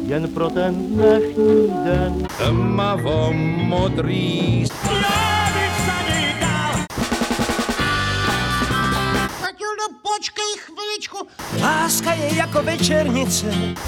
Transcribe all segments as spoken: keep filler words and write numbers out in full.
jen pro ten dnešní den. Tmavo modrý. Matildo, počkej chviličku. Láska je jako večernice.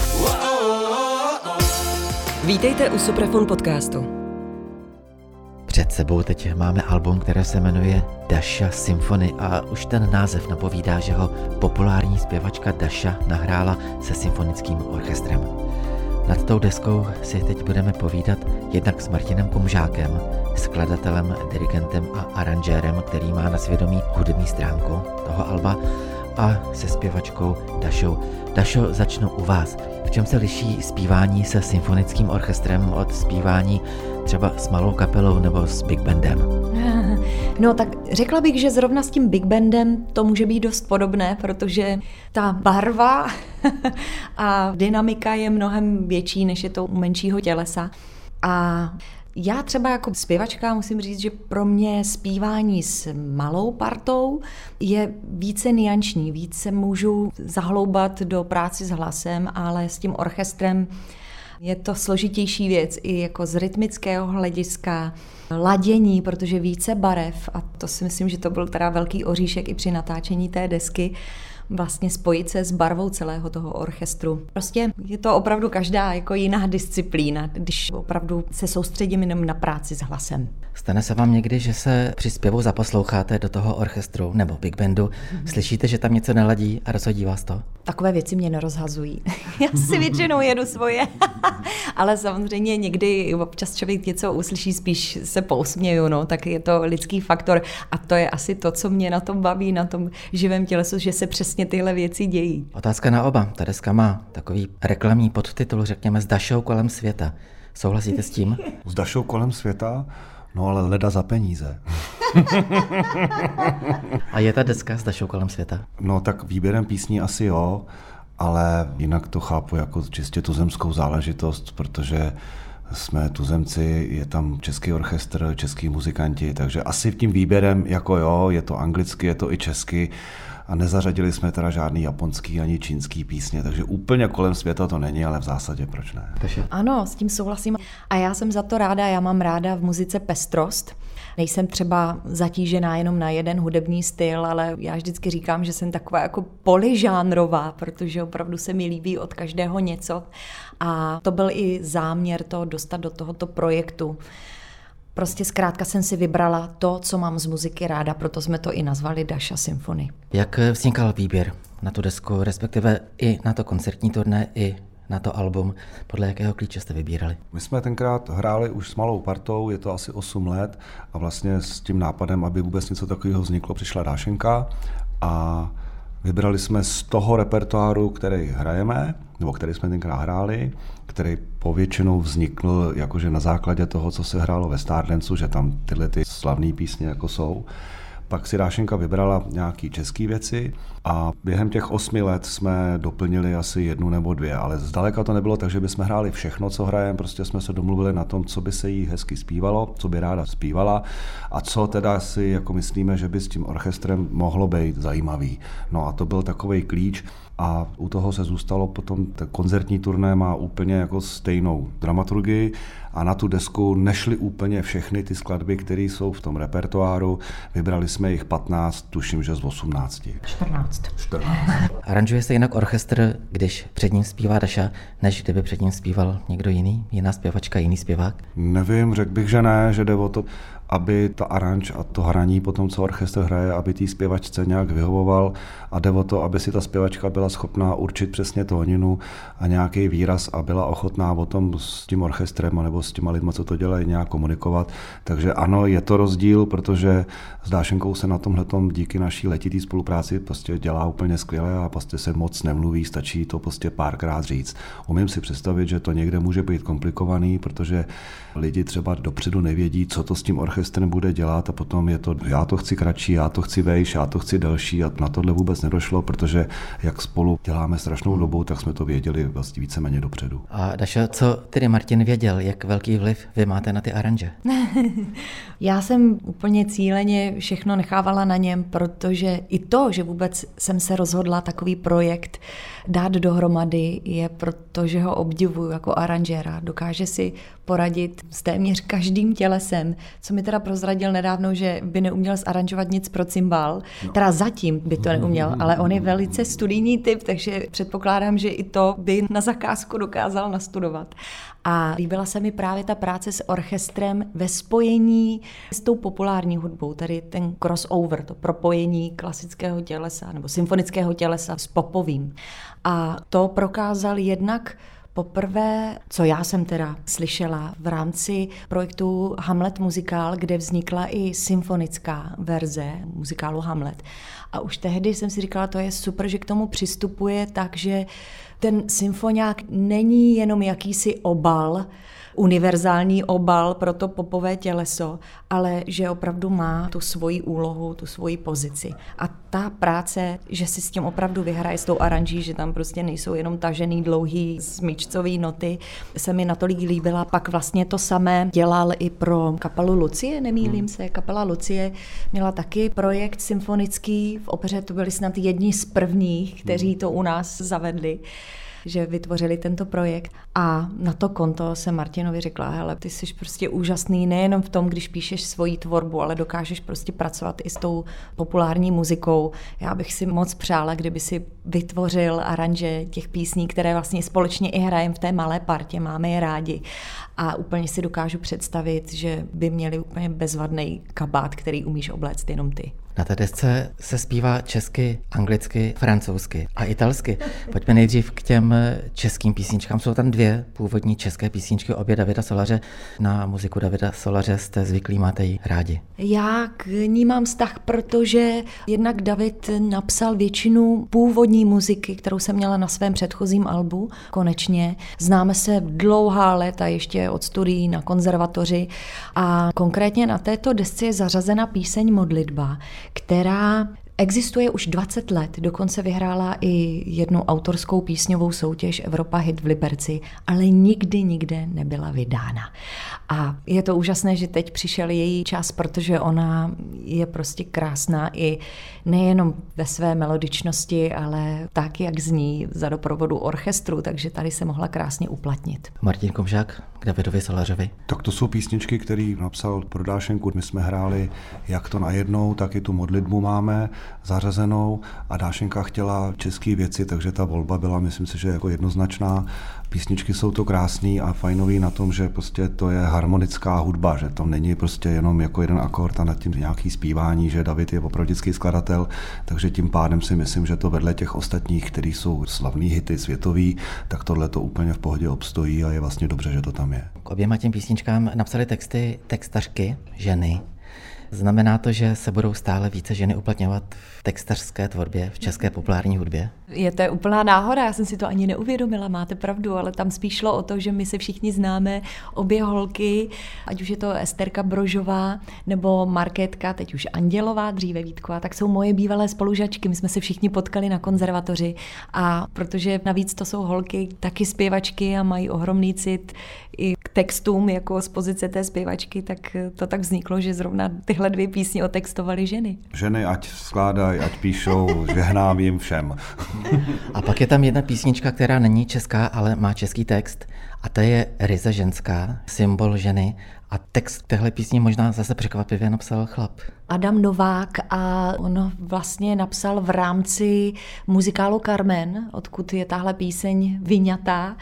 Vítejte u Suprafon podcastu. Před sebou teď máme album, které se jmenuje Dasha Symphony a už ten název napovídá, že ho populární zpěvačka Dasha nahrála se symfonickým orchestrem. Nad tou deskou si teď budeme povídat jednak s Martinem Kumžákem, skladatelem, dirigentem a aranžérem, který má na svědomí hudební stránku toho alba, a se zpěvačkou Dashou. Dasho, začnu u vás. V čem se liší zpívání se symfonickým orchestrem od zpívání třeba s malou kapelou nebo s big bandem? No tak řekla bych, že zrovna s tím big bandem to může být dost podobné, protože ta barva a dynamika je mnohem větší, než je to u menšího tělesa. A já třeba jako zpěvačka musím říct, že pro mě zpívání s malou partou je více nianční, více můžu zahloubat do práci s hlasem, ale s tím orchestrem je to složitější věc i jako z rytmického hlediska, ladění, protože více barev, a to si myslím, že to byl teda velký oříšek i při natáčení té desky, vlastně spojit se s barvou celého toho orchestru. Prostě je to opravdu každá jako jiná disciplína, když opravdu se soustředím jenom na práci s hlasem. Stane se vám někdy, že se při zpěvu zaposloucháte do toho orchestru nebo big bandu, mm-hmm. slyšíte, že tam něco neladí a rozhodí vás to? Takové věci mě nerozhazují. Já si většinou jedu svoje, ale samozřejmě někdy občas člověk něco uslyší, spíš se pousměju, no, tak je to lidský faktor a to je asi to, co mě na tom baví, na tom živém tělesu, že se přesně tyhle věci dějí. Otázka na oba. Ta deska má takový reklamní podtitul, řekněme, s Dashou kolem světa. Souhlasíte s tím? S Dashou kolem světa? No ale leda za peníze. A je ta deska s Dashou kolem světa? No tak výběrem písní asi jo, ale jinak to chápu jako čistě tuzemskou záležitost, protože jsme tuzemci, je tam český orchestr, český muzikanti, takže asi tím výběrem jako jo, je to anglicky, je to i česky, a nezařadili jsme teda žádný japonský ani čínský písně, takže úplně kolem světa to není, ale v zásadě proč ne? Ano, s tím souhlasím a já jsem za to ráda, já mám ráda v muzice pestrost. Nejsem třeba zatížená jenom na jeden hudební styl, ale já vždycky říkám, že jsem taková jako polyžánrová, protože opravdu se mi líbí od každého něco a to byl i záměr to dostat do tohoto projektu. Prostě zkrátka jsem si vybrala to, co mám z muziky ráda, proto jsme to i nazvali Dasha Symphony. Jak vznikal výběr na tu desku, respektive i na to koncertní turné, i na to album? Podle jakého klíče jste vybírali? My jsme tenkrát hráli už s malou partou, je to asi osm let a vlastně s tím nápadem, aby vůbec něco takového vzniklo, přišla Dášenka a vybrali jsme z toho repertoáru, který hrajeme, nebo který jsme tenkrát hráli, který povětšinou vznikl jakože na základě toho, co se hrálo ve Stardancu, že tam tyhle ty slavné písně jako jsou. Pak si Dášenka vybrala nějaký české věci a během těch osmi let jsme doplnili asi jednu nebo dvě, ale zdaleka to nebylo tak, že bychom hráli všechno, co hrajeme, prostě jsme se domluvili na tom, co by se jí hezky zpívalo, co by ráda zpívala a co teda si jako myslíme, že by s tím orchestrem mohlo být zajímavý. No a to byl takovej klíč a u toho se zůstalo potom, ten koncertní turné má úplně jako stejnou dramaturgii a na tu desku nešly úplně všechny ty skladby, které jsou v tom repertoáru. Vybrali jsme jich patnáct, tuším, že z osmnácti. čtrnáct. čtrnáct. Aranžuje se jinak orchestr, když před ním zpívá Dasha, než kdyby před ním zpíval někdo jiný, jiná zpěvačka, jiný zpěvák? Nevím, řekl bych, že ne, že jde o to, aby ta aranž a to hraní potom, co orchestr hraje, aby té zpěvačce nějak vyhovoval a jde o to, aby si ta zpěvačka byla schopná určit přesně tóninu a nějaký výraz a byla ochotná o tom s tím orchestrem nebo s těma lidma, co to dělají, nějak komunikovat. Takže ano, je to rozdíl, protože s Dášenkou se na tomhletom díky naší letitý spolupráci prostě dělá úplně skvěle a prostě se moc nemluví, stačí to prostě párkrát říct. Umím si představit, že to někde může být komplikovaný, protože lidi třeba dopředu nevědí, co to s tím orchestrem orchestr bude dělat a potom je to, já to chci kratší, já to chci vejš, já to chci delší a na tohle vůbec nedošlo, protože jak spolu děláme strašnou dobu, tak jsme to věděli vlastně víceméně dopředu. A Dašo, co tedy Martin věděl, jak velký vliv vy máte na ty aranže? Já jsem úplně cíleně všechno nechávala na něm, protože i to, že vůbec jsem se rozhodla takový projekt dát dohromady, je proto, že ho obdivuju jako aranžéra. Dokáže si poradit s téměř každým tělesem, co mi teda prozradil nedávno, že by neuměl zaranžovat nic pro cymbál. No. Teda zatím by to neuměl, ale on je velice studijní typ, takže předpokládám, že i to by na zakázku dokázal nastudovat. A líbila se mi právě ta práce s orchestrem ve spojení s tou populární hudbou, tady ten crossover, to propojení klasického tělesa nebo symfonického tělesa s popovým. A to prokázal jednak poprvé, co já jsem teda slyšela v rámci projektu Hamlet muzikál, kde vznikla i symfonická verze muzikálu Hamlet. A už tehdy jsem si říkala, to je super, že k tomu přistupuje tak, že ten symfoniák není jenom jakýsi obal, univerzální obal pro to popové těleso, ale že opravdu má tu svoji úlohu, tu svoji pozici. A ta práce, že si s tím opravdu vyhraje s tou aranží, že tam prostě nejsou jenom tažený dlouhý smyčcový noty, se mi natolik líbila. Pak vlastně to samé dělal i pro kapelu Lucie, nemýlím se. Kapela Lucie měla taky projekt symfonický v opeře, to byli snad jedni z prvních, kteří to u nás zavedli, že vytvořili tento projekt. A na to konto jsem Martinovi řekla, hele, ty jsi prostě úžasný nejenom v tom, když píšeš svoji tvorbu, ale dokážeš prostě pracovat i s tou populární muzikou. Já bych si moc přála, kdyby si vytvořil aranže těch písní, které vlastně společně i hrajeme v té malé partě, máme je rádi. A úplně si dokážu představit, že by měli úplně bezvadný kabát, který umíš obléct jenom ty. Na té desce se zpívá česky, anglicky, francouzsky a italsky. Pojďme nejdřív k těm českým písničkám. Jsou tam dvě původní české písničky, obě Davida Solaře. Na muziku Davida Solaře jste zvyklí, máte ji rádi. Já k ní mám vztah, protože jednak David napsal většinu původní muziky, kterou jsem měla na svém předchozím albu, konečně. Známe se dlouhá léta ještě od studií na konzervatoři a konkrétně na této desce je zařazena píseň Modlitba, která existuje už dvacet let, dokonce vyhrála i jednu autorskou písňovou soutěž Evropa Hit v Liberci, ale nikdy, nikde nebyla vydána. A je to úžasné, že teď přišel její čas, protože ona je prostě krásná i nejenom ve své melodičnosti, ale tak, jak zní za doprovodu orchestru, takže tady se mohla krásně uplatnit. Martin Komžák k Davidovi Solařovi. Tak to jsou písničky, který napsal pro Dášenku. My jsme hráli jak to najednou, tak i tu modlitbu máme zařazenou a Dášenka chtěla české věci, takže ta volba byla, myslím si, že jako jednoznačná. Písničky jsou to krásný a fajnový na tom, že prostě to je harmonická hudba, že to není prostě jenom jako jeden akord a nad tím nějaký zpívání, že David je opravdický skladatel, takže tím pádem si myslím, že to vedle těch ostatních, který jsou slavný hity světový, tak tohle to úplně v pohodě obstojí a je vlastně dobře, že to tam je. K oběma těm písničkám napsali texty textařky, ženy. Znamená to, že se budou stále více ženy uplatňovat v textařské tvorbě, v české populární hudbě? Je to úplná náhoda, já jsem si to ani neuvědomila, máte pravdu, ale tam spíš šlo o to, že my se všichni známe, obě holky, ať už je to Esterka Brožová nebo Markétka, teď už Andělová, dříve Vítková, tak jsou moje bývalé spolužačky, my jsme se všichni potkali na konzervatoři a protože navíc to jsou holky taky zpěvačky a mají ohromný cit i k textům jako z pozice té zpěvačky, tak to tak vzniklo, že zrovna tyhle dvě písně otextovaly ženy. Ženy ať skládají, ať píšou, žehnám jim všem. A pak je tam jedna písnička, která není česká, ale má český text a to je Ryze ženská, symbol ženy. A text téhle písni možná zase překvapivě napsal chlap. Adam Novák a on vlastně napsal v rámci muzikálu Carmen, odkud je tahle píseň vyňatá.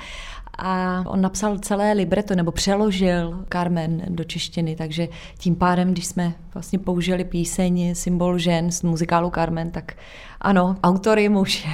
A on napsal celé libreto, nebo přeložil Carmen do češtiny, takže tím pádem, když jsme vlastně použili píseň Symbol žen z muzikálu Carmen, tak ano, autor je muž.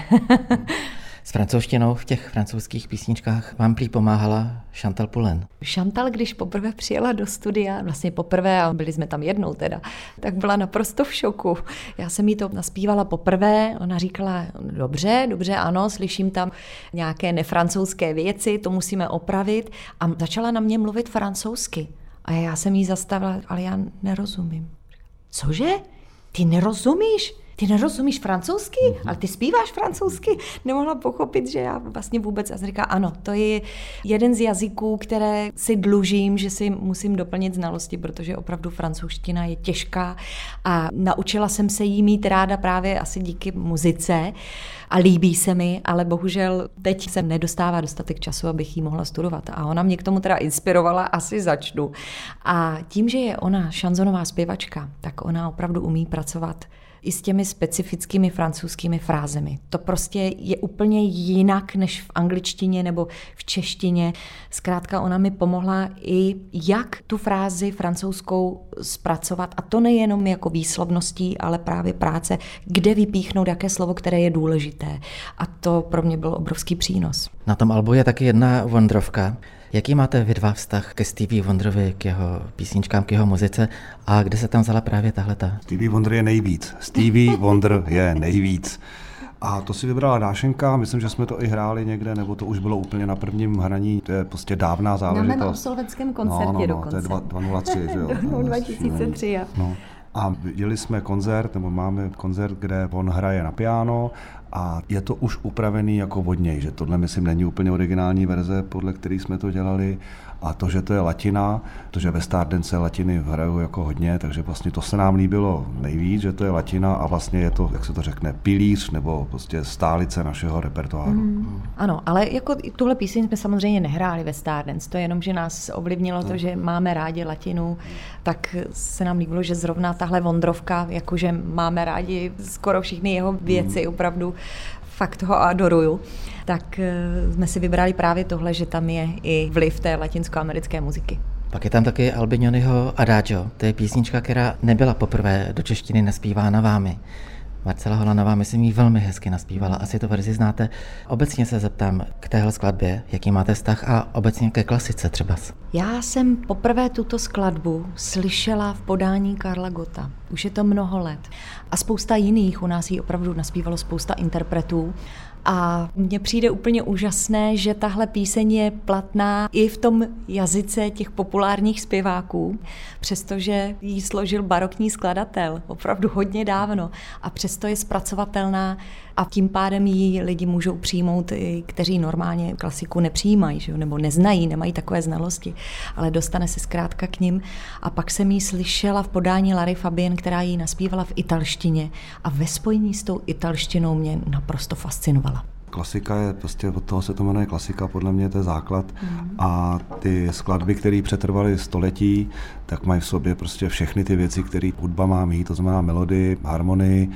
S francouzštinou v těch francouzských písničkách vám prý pomáhala Chantal Poulain. Chantal, když poprvé přijela do studia, vlastně poprvé, a byli jsme tam jednou teda, tak byla naprosto v šoku. Já jsem jí to naspívala poprvé, ona říkala, dobře, dobře, ano, slyším tam nějaké nefrancouzské věci, to musíme opravit a začala na mě mluvit francouzsky. A já jsem jí zastavila, ale já nerozumím. Cože? Ty nerozumíš? Ty nerozumíš francouzsky? Ale ty zpíváš francouzsky? Nemohla pochopit, že já vlastně vůbec... A jsem říká, ano, to je jeden z jazyků, které si dlužím, že si musím doplnit znalosti, protože opravdu francouzština je těžká a naučila jsem se jí mít ráda právě asi díky muzice a líbí se mi, ale bohužel teď se nedostává dostatek času, abych jí mohla studovat. A ona mě k tomu teda inspirovala, asi začnu. A tím, že je ona šanzonová zpěvačka, tak ona opravdu umí pracovat i s těmi specifickými francouzskými frázemi. To prostě je úplně jinak než v angličtině nebo v češtině. Zkrátka ona mi pomohla i jak tu frázi francouzskou zpracovat a to nejenom jako výslovností, ale právě práce, kde vypíchnout jaké slovo, které je důležité. A to pro mě byl obrovský přínos. Na tom albu je taky jedna Wonderovka. Jaký máte vy dva vztah ke Stevie Wonderovi, k jeho písničkám, k jeho muzice a kde se tam vzala právě tahleta? Stevie Wonder je nejvíc. Stevie Wonder je nejvíc. A to si vybrala Dášenka, myslím, že jsme to i hráli někde, nebo to už bylo úplně na prvním hraní, to je prostě dávná záležitost. Na mém absolventském koncertě no, no, no, dokonce. To je dva nula tři, že jo? No, dva tisíce tři, no. A viděli jsme koncert, nebo máme koncert, kde on hraje na piano a je to už upravený jako od něj, že tohle myslím není úplně originální verze, podle který jsme to dělali. A to, že to je latina, to, že ve Stardance latiny hrajou jako hodně, takže vlastně to se nám líbilo nejvíc, že to je latina a vlastně je to, jak se to řekne, pilíř nebo prostě stálice našeho repertoáru. Mm. Ano, ale jako tuhle píseň jsme samozřejmě nehráli ve Stardance, to je jenom, že nás ovlivnilo to, že máme rádi latinu, tak se nám líbilo, že zrovna tahle Wonderovka, jakože máme rádi skoro všechny jeho věci, mm. opravdu fakt ho adoruju, tak jsme si vybrali právě tohle, že tam je i vliv té latinskoamerické muziky. Pak je tam taky Albignoniho Adagio, to je písnička, která nebyla poprvé do češtiny naspívána vámi. Marcela Holanová, myslím, ji velmi hezky naspívala, asi to verzi znáte. Obecně se zeptám k téhle skladbě, jaký máte vztah a obecně ke klasice třeba. Já jsem poprvé tuto skladbu slyšela v podání Karla Gotta. Už je to mnoho let. A spousta jiných, u nás ji opravdu naspívalo spousta interpretů. A mně přijde úplně úžasné, že tahle píseň je platná i v tom jazyce těch populárních zpěváků, přestože ji složil barokní skladatel opravdu hodně dávno a přesto je zpracovatelná a tím pádem ji lidi můžou přijmout, kteří normálně klasiku nepřijímají, že? Nebo neznají, nemají takové znalosti, ale dostane se zkrátka k nim. A pak jsem ji slyšela v podání Larry Fabian, která ji naspívala v italštině a ve spojení s tou italštinou mě naprosto fascinovala. Klasika je, prostě od toho se to jmenuje klasika, podle mě to je základ. Mm. A ty skladby, které přetrvaly století, tak mají v sobě prostě všechny ty věci, které hudba má mít, to znamená melodii, harmonii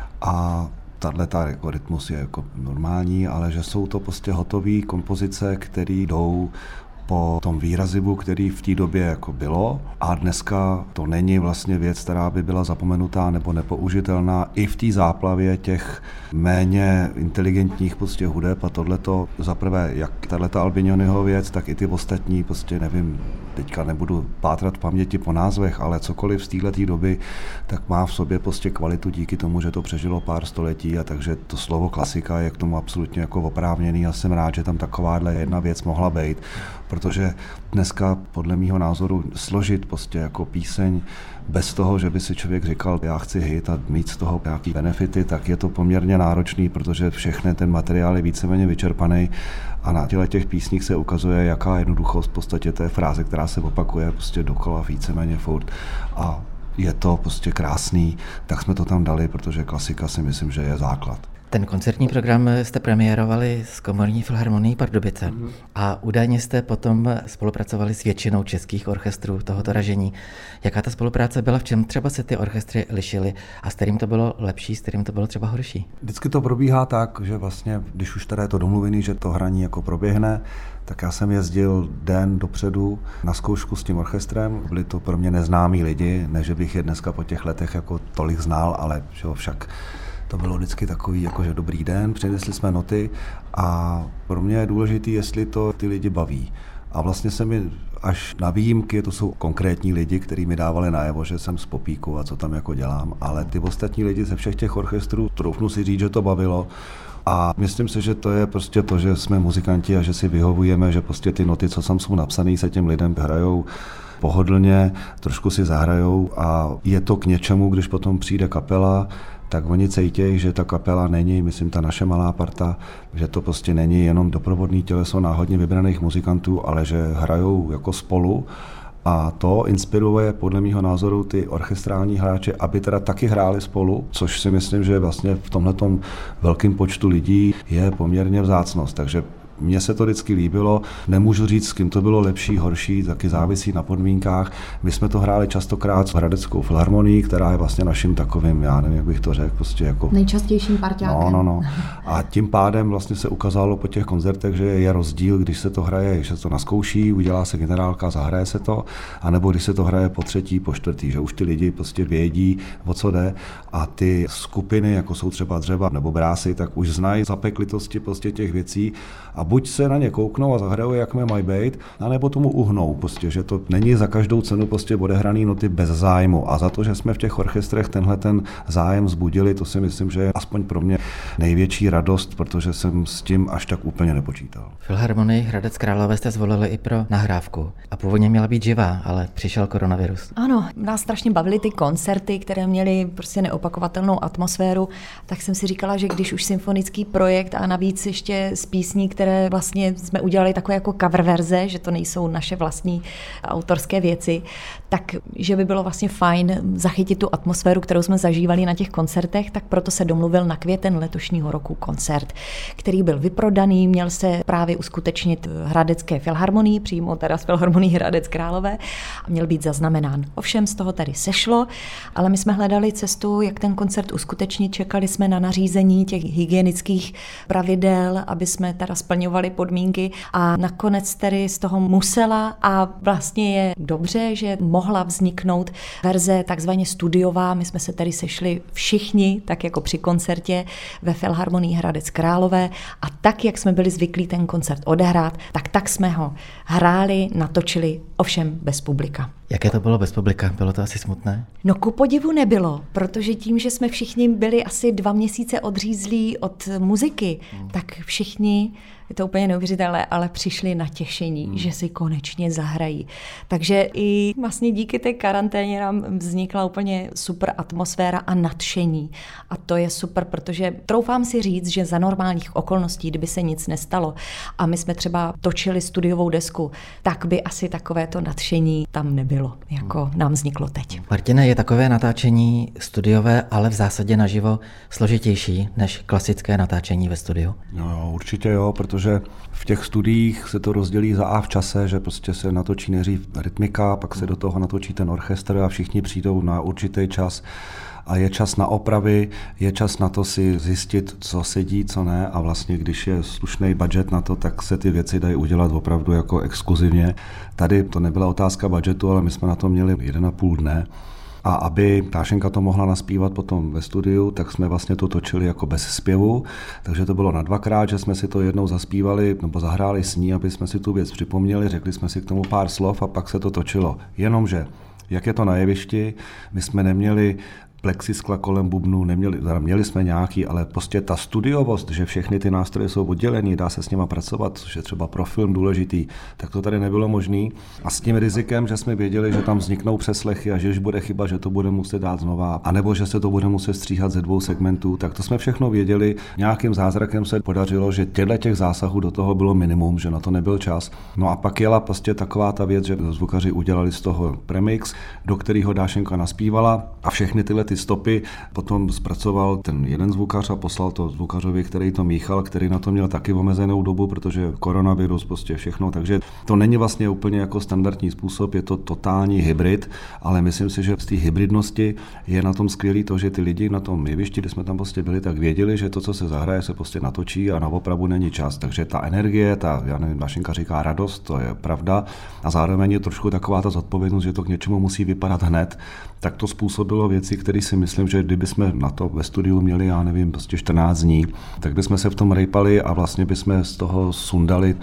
a tato jako rytmus je jako normální, ale že jsou to prostě hotové kompozice, které jdou po tom výrazivu, který v té době jako bylo a dneska to není vlastně věc, která by byla zapomenutá nebo nepoužitelná i v té záplavě těch méně inteligentních prostě hudeb a tohleto zaprvé jak tato Albignoniho věc, tak i ty ostatní prostě nevím, teďka nebudu pátrat v paměti po názvech, ale cokoliv z téhleté doby, tak má v sobě prostě kvalitu díky tomu, že to přežilo pár století a takže to slovo klasika je k tomu absolutně jako oprávněný a jsem rád, že tam takováhle jedna věc mohla být, protože dneska podle mýho názoru složit prostě jako píseň bez toho, že by si člověk říkal, já chci hit a mít z toho nějaký benefity, tak je to poměrně náročný, protože všechny ten materiál je víceméně vyčerpaný a na těle těch písních se ukazuje, jaká jednoduchost v podstatě té fráze, která se opakuje prostě dokola víceméně furt a je to prostě krásný, tak jsme to tam dali, protože klasika si myslím, že je základ. Ten koncertní program jste premiérovali s Komorní filharmonií Pardubice mm. a údajně jste potom spolupracovali s většinou českých orchestrů tohoto ražení. Jaká ta spolupráce byla, v čem třeba se ty orchestry lišily a s kterým to bylo lepší, s kterým to bylo třeba horší? Vždycky to probíhá tak, že vlastně, když už teda je to domluvený, že to hraní jako proběhne, tak já jsem jezdil den dopředu na zkoušku s tím orchestrem. Byli to pro mě neznámí lidi, ne že bych je dneska po těch letech jako tolik znal, ale že jo, však to bylo vždycky takový, jakože dobrý den, přinesli jsme noty a pro mě je důležitý, jestli to ty lidi baví. A vlastně se mi až na výjimky, to jsou konkrétní lidi, kteří mi dávali najevo, že jsem z popíku a co tam jako dělám, ale ty ostatní lidi ze všech těch orchestrů, troufnu si říct, že to bavilo. A myslím si, že to je prostě to, že jsme muzikanti a že si vyhovujeme, že prostě ty noty, co tam jsou napsané, se těm lidem hrajou pohodlně, trošku si zahrajou a je to k něčemu, když potom přijde kapela, tak oni cítějí, že ta kapela není, myslím, ta naše malá parta, že to prostě není jenom doprovodný těleso náhodně vybraných muzikantů, ale že hrajou jako spolu. A to inspiruje podle mého názoru ty orchestrální hráče, aby teda taky hráli spolu, což si myslím, že vlastně v tomhletom velkém počtu lidí je poměrně vzácnost. Takže mně se to vždycky líbilo, nemůžu říct, s kým to bylo lepší, horší, taky závisí na podmínkách. My jsme to hráli častokrát s Hradeckou filharmonií, která je vlastně naším takovým, já nevím, jak bych to řekl, prostě jako nejčastějším parťákem. No, no, no. A tím pádem vlastně se ukázalo po těch koncertech, že je rozdíl, když se to hraje, že se to naskouší, udělá se generálka, zahraje se to, anebo když se to hraje po třetí, po čtvrtý, že už ty lidi prostě vědí, o co jde a ty skupiny, jako jsou třeba Dřeba nebo Brásy, tak už znají zapeklitosti prostě těch věcí a buď se na ně kouknou a zahrajou, jak mě mají být, anebo tomu uhnou, prostě, že to není za každou cenu prostě odehraný noty bez zájmu. A za to, že jsme v těch orchestrech tenhle ten zájem vzbudili, to si myslím, že je aspoň pro mě největší radost, protože jsem s tím až tak úplně nepočítal. Filharmonii Hradec Králové jste zvolili i pro nahrávku a původně měla být živá, ale přišel koronavirus. Ano, nás strašně bavily ty koncerty, které měly prostě neopakovatelnou atmosféru, tak jsem si říkala, že když už symfonický projekt a navíc ještě z písní, které vlastně jsme udělali takové jako cover verze, že to nejsou naše vlastní autorské věci, tak že by bylo vlastně fajn zachytit tu atmosféru, kterou jsme zažívali na těch koncertech, tak proto se domluvil na květen letošního roku koncert, který byl vyprodaný, měl se právě uskutečnit v Hradecké filharmonii, přímo teda z Filharmonii Hradec Králové a měl být zaznamenán. Ovšem z toho tady sešlo, ale my jsme hledali cestu, jak ten koncert uskutečnit, čekali jsme na nařízení těch hygienických pravidel, aby jsme teda splňovali podmínky a nakonec tedy z toho musela a vlastně je dobře, že mohla vzniknout verze takzvaně studiová. My jsme se tady sešli všichni, tak jako při koncertě ve Filharmonii Hradec Králové a tak, jak jsme byli zvyklí ten koncert odehrát, tak tak jsme ho hráli, natočili, ovšem bez publika. Jaké to bylo bez publika? Bylo to asi smutné? No ku podivu nebylo, protože tím, že jsme všichni byli asi dva měsíce odřízlí od muziky, hmm. tak všichni, je to úplně neuvěřitelné, ale přišli na těšení, hmm. že si konečně zahrají. Takže i vlastně díky té karanténě nám vznikla úplně super atmosféra a nadšení. A to je super, protože troufám si říct, že za normálních okolností, kdyby se nic nestalo a my jsme třeba točili studiovou desku, tak by asi takovéto nadšení tam nebylo, jako nám vzniklo teď. Martine, je takové natáčení studiové, ale v zásadě naživo složitější než klasické natáčení ve studiu? No jo, určitě jo, protože v těch studiích se to rozdělí za A v čase, že prostě se natočí nejdřív rytmika, pak se do toho natočí ten orchestr a všichni přijdou na určitý čas. A je čas na opravy, je čas na to si zjistit, co sedí, co ne a vlastně, když je slušný budget na to, tak se ty věci dají udělat opravdu jako exkluzivně. Tady to nebyla otázka budgetu, ale my jsme na to měli jeden a půl dne. A aby Dášenka to mohla naspívat potom ve studiu, tak jsme vlastně to točili jako bez zpěvu, takže to bylo na dvakrát, že jsme si to jednou zaspívali nebo zahráli s ní, aby jsme si tu věc připomněli, řekli jsme si k tomu pár slov a pak se to točilo. Jenomže, jak je to na jevišti, my jsme neměli plexiskla kolem bubnů, neměli, měli jsme nějaký, ale prostě ta studiovost, že všechny ty nástroje jsou oddělený, dá se s nima pracovat, což je třeba pro film důležitý, tak to tady nebylo možné. A s tím rizikem, že jsme věděli, že tam vzniknou přeslechy a že už bude chyba, že to bude muset dát znova, anebo že se to bude muset stříhat ze dvou segmentů, tak to jsme všechno věděli. Nějakým zázrakem se podařilo, že těchto těch zásahů do toho bylo minimum, že na to nebyl čas. No a pak jela prostě taková ta věc, že zvukaři udělali z toho premix, do kterého Dášenka naspívala a všechny tyhle ty stopy potom zpracoval ten jeden zvukař a poslal to zvukařovi, který to míchal, který na to měl taky omezenou dobu, protože koronavirus, prostě všechno, takže to není vlastně úplně jako standardní způsob, je to totální hybrid, ale myslím si, že z té hybridnosti je na tom skvělý to, že ty lidi na tom jevišti, kde jsme tam prostě byli, tak věděli, že to, co se zahraje, se prostě natočí a na opravu není čas, takže ta energie, ta, já nevím, Dášenka říká radost, to je pravda a zároveň je trošku taková ta zodpovědnost, že to k něčemu musí vypadat hned, tak to způsobilo věci, které si myslím, že kdyby jsme na to ve studiu měli, já nevím, prostě čtrnáct dní, tak bychom se v tom rejpali a vlastně bychom z toho sundali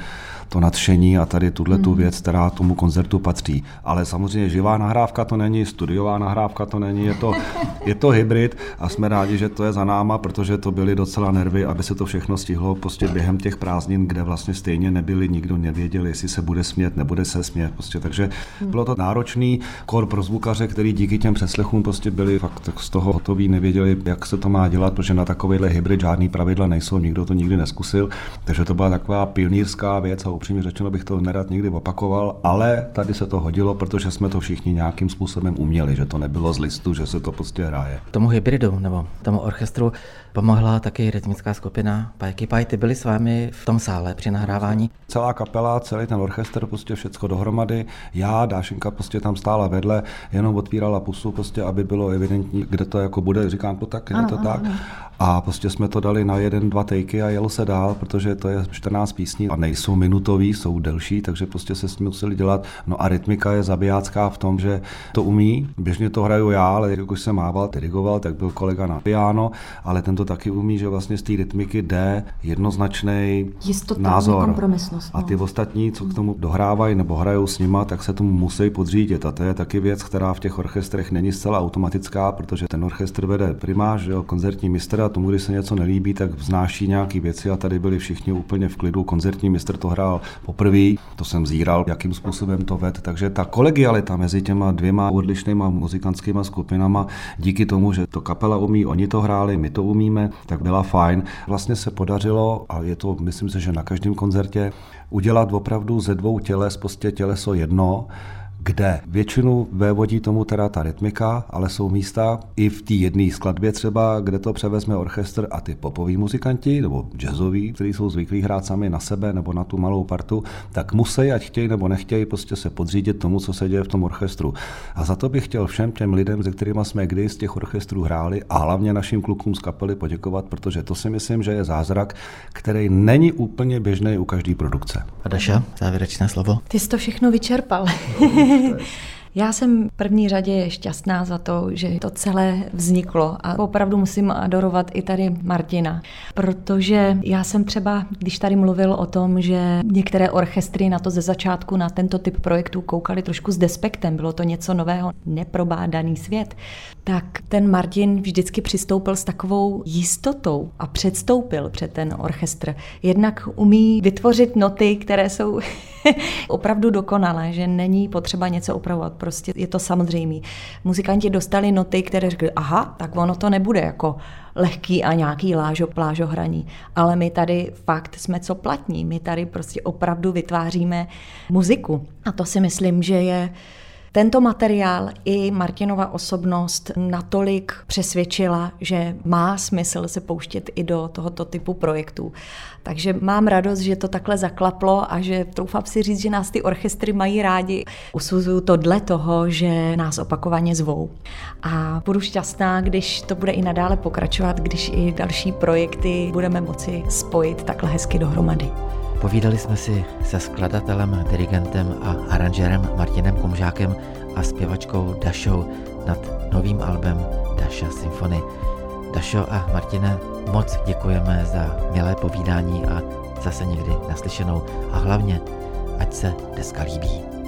to nadšení a tady tuhle tu věc, která tomu koncertu patří. Ale samozřejmě živá nahrávka to není, studiová nahrávka to není, je to, je to hybrid a jsme rádi, že to je za náma, protože to byly docela nervy, aby se to všechno stihlo prostě během těch prázdnin, kde vlastně stejně nebyli, nikdo nevěděl, jestli se bude smět, nebude se smět. Prostě. Takže bylo to náročný kor pro zvukaře, který díky těm přeslechům prostě byli fakt z toho hotoví, nevěděli, jak se to má dělat, protože na takovýhle hybrid žádný pravidla nejsou, nikdo to nikdy neskusil. Takže to byla taková pionýrská věc a upřímně řečeno bych to nerad nikdy opakoval, ale tady se to hodilo, protože jsme to všichni nějakým způsobem uměli, že to nebylo z listu, že se to prostě hraje. Tomu hybridu nebo tomu orchestru pomohla taky rytmická skupina Pajky Paj. Ty byli s vámi v tom sále při nahrávání? Celá kapela, celý ten orchestr, prostě všecko dohromady. Já, Dášenka prostě tam stála vedle, jenom otvírala pusu, prostě, aby bylo evidentní, kde to jako bude. Říkám to tak, je to tak. A prostě jsme to dali na jeden, dva takey a jelo se dál, protože to je čtrnáct písní a nejsou minutový, jsou delší, takže prostě se s tím museli dělat. No a rytmika je zabijácká v tom, že to umí. Běžně to hraju já, ale jak už jsem mával, dirigoval, tak byl kolega na piano, ale ten to taky umí, že vlastně z té rytmiky jde jednoznačný názor. Kompromisnost, no. A ty ostatní, co k tomu dohrávají nebo hrajou s nima, tak se tomu musí podřídit. A to je taky věc, která v těch orchestrech není zcela automatická, protože ten orchestr vede primář, že jo, koncertní mistr, a tomu, když se něco nelíbí, tak vznáší nějaký věci a tady byli všichni úplně v klidu. Koncertní mistr to hrál poprvé, to jsem zíral, jakým způsobem to ved. Takže ta kolegialita mezi těma dvěma odlišnýma muzikantskýma skupinama, díky tomu, že to kapela umí, oni to hráli, my to umíme, tak byla fajn. Vlastně se podařilo, a je to, myslím si, že na každém koncertě, udělat opravdu ze dvou těles, prostě těleso jedno, kde většinu vévodí tomu teda ta rytmika, ale jsou místa i v té jedné skladbě třeba, kde to převezme orchestr a ty popoví muzikanti nebo jazzoví, kteří jsou zvyklí hrát sami na sebe nebo na tu malou partu, tak musí, ať chtějí nebo nechtějí, prostě se podřídit tomu, co se děje v tom orchestru. A za to bych chtěl všem těm lidem, se kterými jsme kdy z těch orchestrů hráli, a hlavně našim klukům z kapely poděkovat, protože to si myslím, že je zázrak, který není úplně běžný u každé produkce. A Daša, závěrečné slovo. Ty jsi to všechno vyčerpal. Já jsem v první řadě šťastná za to, že to celé vzniklo a opravdu musím adorovat i tady Martina, protože já jsem třeba, když tady mluvil o tom, že některé orchestry na to ze začátku na tento typ projektů koukali trošku s despektem, bylo to něco nového, neprobádaný svět, tak ten Martin vždycky přistoupil s takovou jistotou a předstoupil před ten orchestr. Jednak umí vytvořit noty, které jsou opravdu dokonalé, že není potřeba něco opravovat. Prostě je to samozřejmé. Muzikanti dostali noty, které řekli, aha, tak ono to nebude jako lehký a nějaký lážo, plážo hraní. Ale my tady fakt jsme co platní. My tady prostě opravdu vytváříme muziku. A to si myslím, že je tento materiál i Martinova osobnost natolik přesvědčila, že má smysl se pouštět i do tohoto typu projektů. Takže mám radost, že to takhle zaklaplo a že troufám si říct, že nás ty orchestry mají rádi. Usuzuju to dle toho, že nás opakovaně zvou. A budu šťastná, když to bude i nadále pokračovat, když i další projekty budeme moci spojit takhle hezky dohromady. Povídali jsme si se skladatelem, dirigentem a aranžérem Martinem Komžákem a zpěvačkou Dašou nad novým albem Dasha Symphony. Dašo a Martine, moc děkujeme za milé povídání a zase někdy naslyšenou a hlavně, ať se deska líbí.